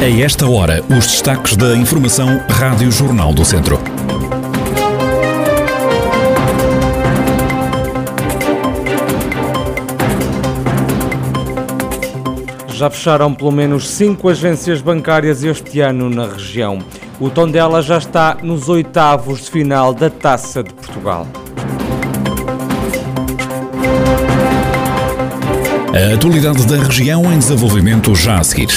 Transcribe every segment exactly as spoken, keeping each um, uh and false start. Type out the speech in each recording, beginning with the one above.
A esta hora, os destaques da Informação Rádio Jornal do Centro. Já fecharam pelo menos cinco agências bancárias este ano na região. O Tondela já está nos oitavos de final da Taça de Portugal. A atualidade da região em desenvolvimento já a seguir.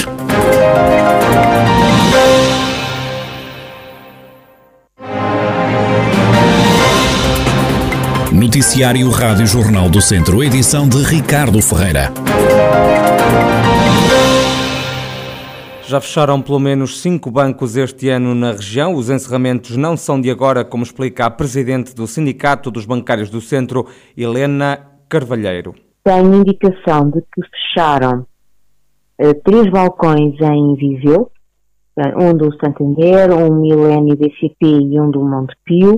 Noticiário Rádio Jornal do Centro, edição de Ricardo Ferreira. Já fecharam pelo menos cinco bancos este ano na região. Os encerramentos não são de agora, como explica a Presidente do Sindicato dos Bancários do Centro, Helena Carvalheiro. Tenho indicação de que fecharam uh, três balcões em Viseu, um do Santander, um Milênio B C P e um do Montepio,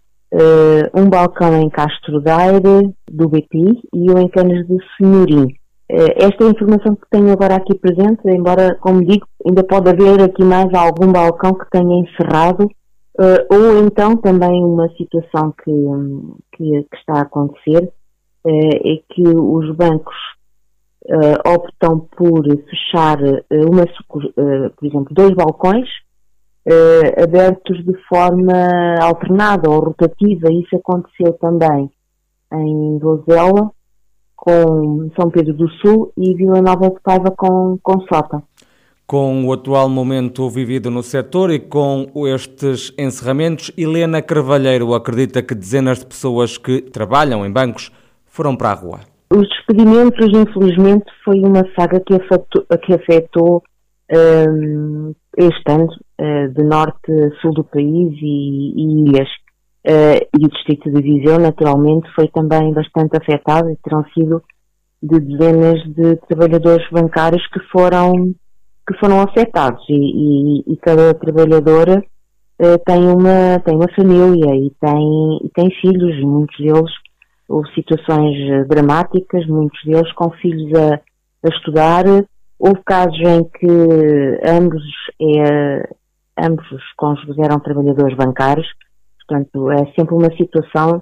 uh, um balcão em Castro Daire, do B P I, e um em Canas de Senhorim. Uh, esta é a informação que tenho agora aqui presente, embora, como digo, ainda pode haver aqui mais algum balcão que tenha encerrado, uh, ou então também uma situação que, que, que está a acontecer, é que os bancos uh, optam por fechar uma, uh, por exemplo, dois balcões uh, abertos de forma alternada ou rotativa. Isso aconteceu também em Vozela, com São Pedro do Sul, e Vila Nova de Paiva com, com Sota. Com o atual momento vivido no setor e com estes encerramentos, Helena Carvalheiro acredita que dezenas de pessoas que trabalham em bancos foram para a rua. Os despedimentos, infelizmente, foi uma saga que afetou, que afetou um, este ano, uh, de norte a sul do país e, e ilhas. Uh, e o distrito de Viseu, naturalmente, foi também bastante afetado, e terão sido de dezenas de trabalhadores bancários que foram, que foram afetados. E, e, e cada trabalhadora uh, tem, uma, tem uma família e tem, e tem filhos, e muitos deles. Houve situações dramáticas, muitos deles com filhos a, a estudar. Houve casos em que ambos, é, ambos os cônjuges eram trabalhadores bancários. Portanto, é sempre uma situação,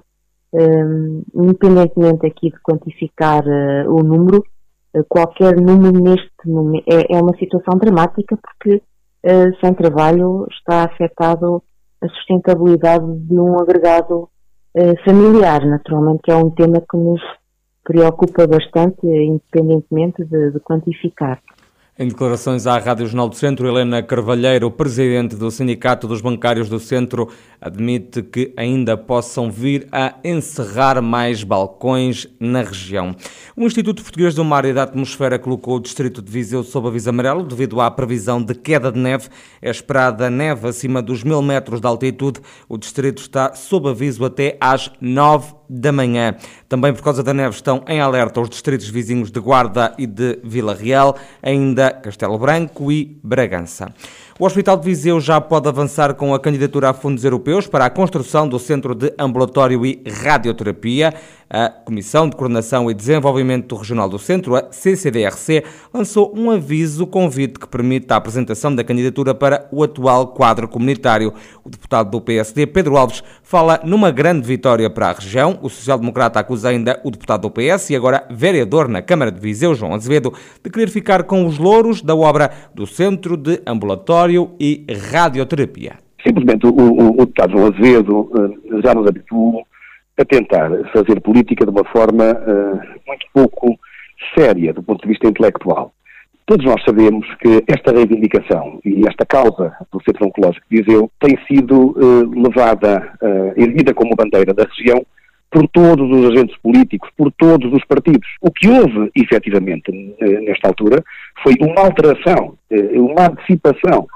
um, independentemente aqui de quantificar uh, o número, uh, qualquer número neste momento é, é uma situação dramática, porque uh, sem trabalho está afetado a sustentabilidade de um agregado familiar. Naturalmente que é um tema que nos preocupa bastante, independentemente de, de quantificar. Em declarações à Rádio Jornal do Centro, Helena Carvalheiro, presidente do Sindicato dos Bancários do Centro, admite que ainda possam vir a encerrar mais balcões na região. O Instituto Português do Mar e da Atmosfera colocou o distrito de Viseu sob aviso amarelo devido à previsão de queda de neve. É esperada neve acima dos mil metros de altitude. O distrito está sob aviso até às nove da manhã. Também por causa da neve estão em alerta os distritos vizinhos de Guarda e de Vila Real, ainda Castelo Branco e Bragança. O Hospital de Viseu já pode avançar com a candidatura a fundos europeus para a construção do Centro de Ambulatório e Radioterapia. A Comissão de Coordenação e Desenvolvimento Regional do Centro, a C C D R C, lançou um aviso convite que permite a apresentação da candidatura para o atual quadro comunitário. O deputado do P S D, Pedro Alves, fala numa grande vitória para a região. O social-democrata acusa ainda o deputado do P S e agora vereador na Câmara de Viseu, João Azevedo, de querer ficar com os louros da obra do Centro de Ambulatório e Radioterapia. Simplesmente o, o, o deputado João Azevedo uh, já nos habituou a tentar fazer política de uma forma uh, muito pouco séria do ponto de vista intelectual. Todos nós sabemos que esta reivindicação e esta causa do Centro Oncológico de Viseu tem sido uh, levada, uh, erguida como bandeira da região por todos os agentes políticos, por todos os partidos. O que houve, efetivamente, uh, nesta altura, foi uma alteração, uh, uma antecipação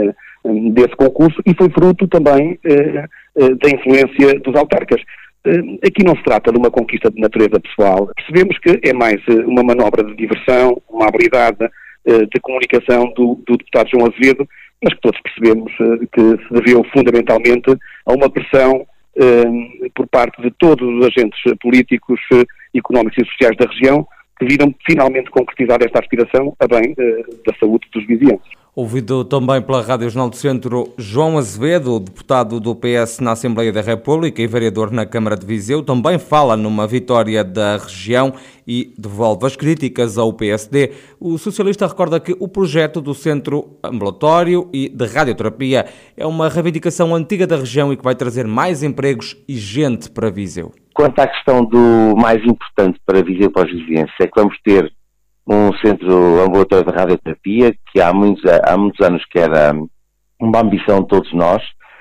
uh, desse concurso e foi fruto também uh, uh, da influência dos autarcas. Aqui não se trata de uma conquista de natureza pessoal. Percebemos que é mais uma manobra de diversão, uma habilidade de comunicação do, do deputado João Azevedo, mas que todos percebemos que se deveu fundamentalmente a uma pressão eh, por parte de todos os agentes políticos, económicos e sociais da região, que viram finalmente concretizar esta aspiração a bem eh, da saúde dos vizinhos. Ouvido também pela Rádio Jornal do Centro, João Azevedo, deputado do P S na Assembleia da República e vereador na Câmara de Viseu, também fala numa vitória da região e devolve as críticas ao P S D. O socialista recorda que o projeto do Centro Ambulatório e de Radioterapia é uma reivindicação antiga da região e que vai trazer mais empregos e gente para Viseu. Quanto à questão do mais importante para Viseu, para os vizienses, é que vamos ter um centro ambulatório de radioterapia, que há muitos, há muitos anos que era uma ambição de todos nós,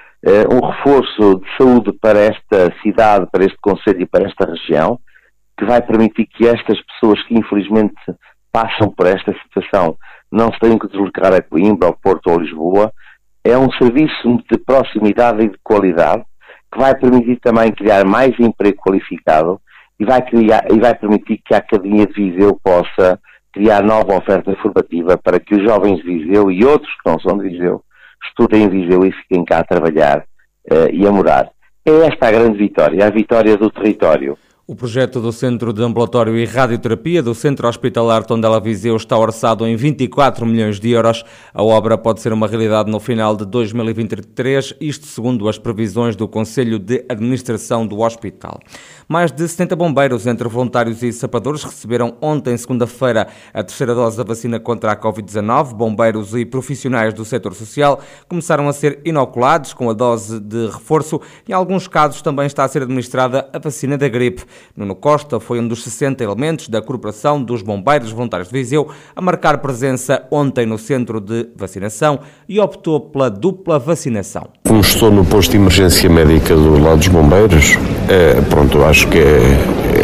um reforço de saúde para esta cidade, para este concelho e para esta região, que vai permitir que estas pessoas que infelizmente passam por esta situação não se tenham que deslocar a Coimbra, ao Porto ou a Lisboa. É um serviço de proximidade e de qualidade, que vai permitir também criar mais emprego qualificado e vai, criar, e vai permitir que a Academia de Viseu possa criar nova oferta formativa para que os jovens de Viseu e outros que não são de Viseu estudem em Viseu e fiquem cá a trabalhar uh, e a morar. É esta a grande vitória, a vitória do território. O projeto do Centro de Ambulatório e Radioterapia do Centro Hospitalar Tondela Viseu está orçado em vinte e quatro milhões de euros. A obra pode ser uma realidade no final de dois mil e vinte e três, isto segundo as previsões do Conselho de Administração do Hospital. Mais de setenta bombeiros, entre voluntários e sapadores, receberam ontem, segunda-feira, a terceira dose da vacina contra a covid dezanove. Bombeiros e profissionais do setor social começaram a ser inoculados com a dose de reforço. Em alguns casos também está a ser administrada a vacina da gripe. Nuno Costa foi um dos sessenta elementos da Corporação dos Bombeiros Voluntários de Viseu a marcar presença ontem no centro de vacinação e optou pela dupla vacinação. Como estou no posto de emergência médica do lado dos bombeiros, é, pronto, acho que é,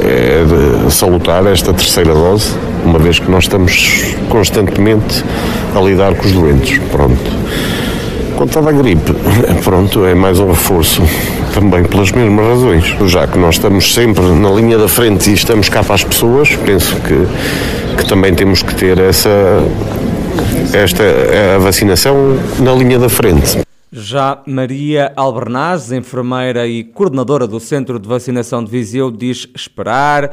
é de salutar esta terceira dose, uma vez que nós estamos constantemente a lidar com os doentes. Pronto. Quanto à gripe, pronto, é mais um reforço, também pelas mesmas razões. Já que nós estamos sempre na linha da frente e estamos cá para as pessoas, penso que, que também temos que ter essa, esta, a vacinação na linha da frente. Já Maria Albernaz, enfermeira e coordenadora do Centro de Vacinação de Viseu, diz esperar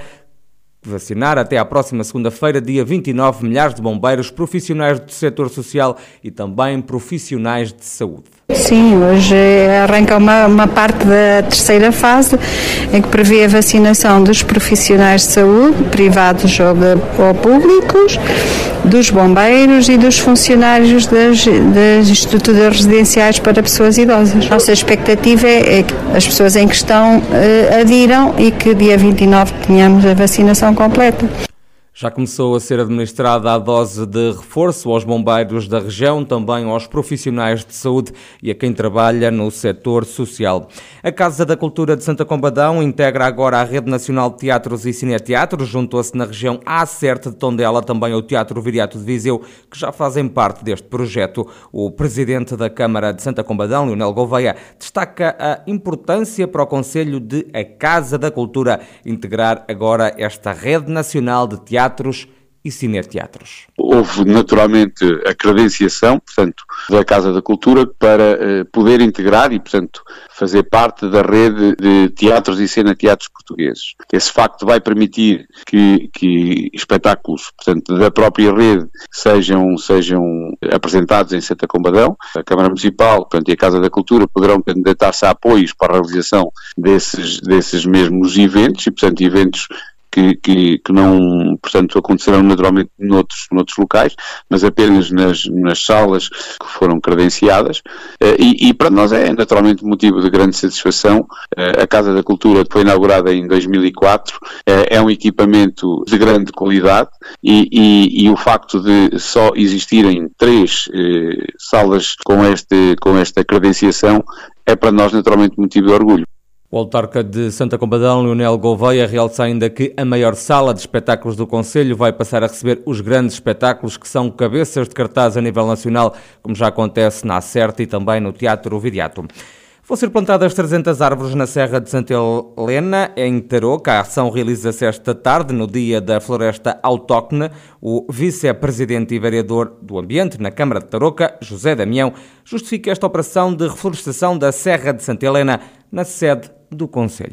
vacinar até à próxima segunda-feira, dia vinte e nove, milhares de bombeiros, profissionais do setor social e também profissionais de saúde. Sim, hoje arranca uma, uma parte da terceira fase, em que prevê a vacinação dos profissionais de saúde, privados ou, de, ou públicos, dos bombeiros e dos funcionários das, das estruturas residenciais para pessoas idosas. Nossa expectativa é, é que as pessoas em questão uh, adiram e que dia vinte e nove tenhamos a vacinação completa. Já começou a ser administrada a dose de reforço aos bombeiros da região, também aos profissionais de saúde e a quem trabalha no setor social. A Casa da Cultura de Santa Combadão integra agora a Rede Nacional de Teatros e Cineteatros, juntou-se na região à Acerte de Tondela também ao Teatro Viriato de Viseu, que já fazem parte deste projeto. O presidente da Câmara de Santa Combadão, Leonel Gouveia, destaca a importância para o Conselho de a Casa da Cultura integrar agora esta Rede Nacional de Teatros teatros e cineteatros. Houve naturalmente a credenciação, portanto, da Casa da Cultura para eh, poder integrar e, portanto, fazer parte da rede de teatros e cineteatros portugueses. Esse facto vai permitir que, que espetáculos, portanto, da própria rede sejam, sejam apresentados em Santa Combadão. A Câmara Municipal, portanto, e a Casa da Cultura poderão candidatar-se a apoios para a realização desses, desses mesmos eventos e, portanto, eventos Que, que, que não, portanto, aconteceram naturalmente noutros, noutros locais, mas apenas nas, nas salas que foram credenciadas, e, e para nós é naturalmente motivo de grande satisfação. A Casa da Cultura foi inaugurada em dois mil e quatro, é um equipamento de grande qualidade e, e, e o facto de só existirem três eh, salas com, este, com esta credenciação é para nós naturalmente motivo de orgulho. O autarca de Santa Combadão, Leonel Gouveia, realça ainda que a maior sala de espetáculos do Concelho vai passar a receber os grandes espetáculos que são cabeças de cartaz a nível nacional, como já acontece na Acerte e também no Teatro Viriato. Vão ser plantadas trezentas árvores na Serra de Santa Helena, em Tarouca. A ação realiza-se esta tarde, no Dia da Floresta Autóctone. O vice-presidente e vereador do Ambiente na Câmara de Tarouca, José Damião, justifica esta operação de reflorestação da Serra de Santa Helena na sede do Concelho.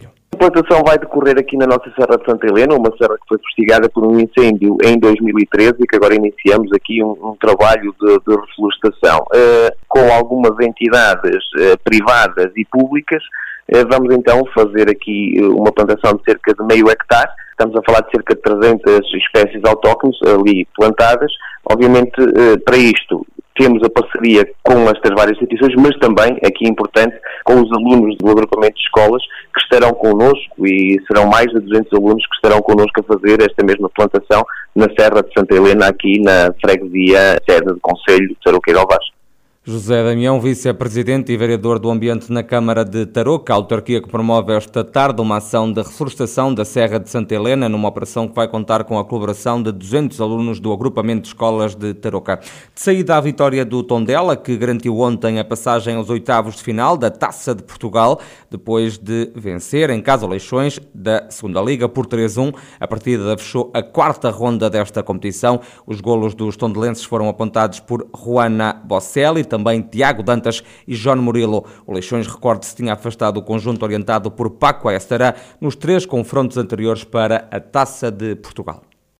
plantação vai decorrer aqui na nossa Serra de Santa Helena, uma serra que foi fustigada por um incêndio em dois mil e treze e que agora iniciamos aqui um, um trabalho de, de reflorestação. Uh, com algumas entidades uh, privadas e públicas, uh, vamos então fazer aqui uma plantação de cerca de meio hectare. Estamos a falar de cerca de trezentas espécies autóctones ali plantadas. Obviamente, uh, para isto, temos a parceria com estas várias instituições, mas também, aqui importante, com os alunos do agrupamento de escolas que estarão connosco, e serão mais de duzentos alunos que estarão connosco a fazer esta mesma plantação na Serra de Santa Helena, aqui na freguesia sede do Concelho de Tarouca e Galvaz. José Damião, vice-presidente e vereador do Ambiente na Câmara de Tarouca, a autarquia que promove esta tarde uma ação de reflorestação da Serra de Santa Helena, numa operação que vai contar com a colaboração de duzentos alunos do agrupamento de escolas de Tarouca. De saída à vitória do Tondela, que garantiu ontem a passagem aos oitavos de final da Taça de Portugal, depois de vencer em casa Leixões da segunda Liga por três a um. A partida fechou a quarta ronda desta competição. Os golos dos tondelenses foram apontados por Juana Bocelli, também Tiago Dantas e João Murilo. O Leixões, recorde-se, tinha afastado o conjunto orientado por Paco Estará nos três confrontos anteriores para a Taça de Portugal.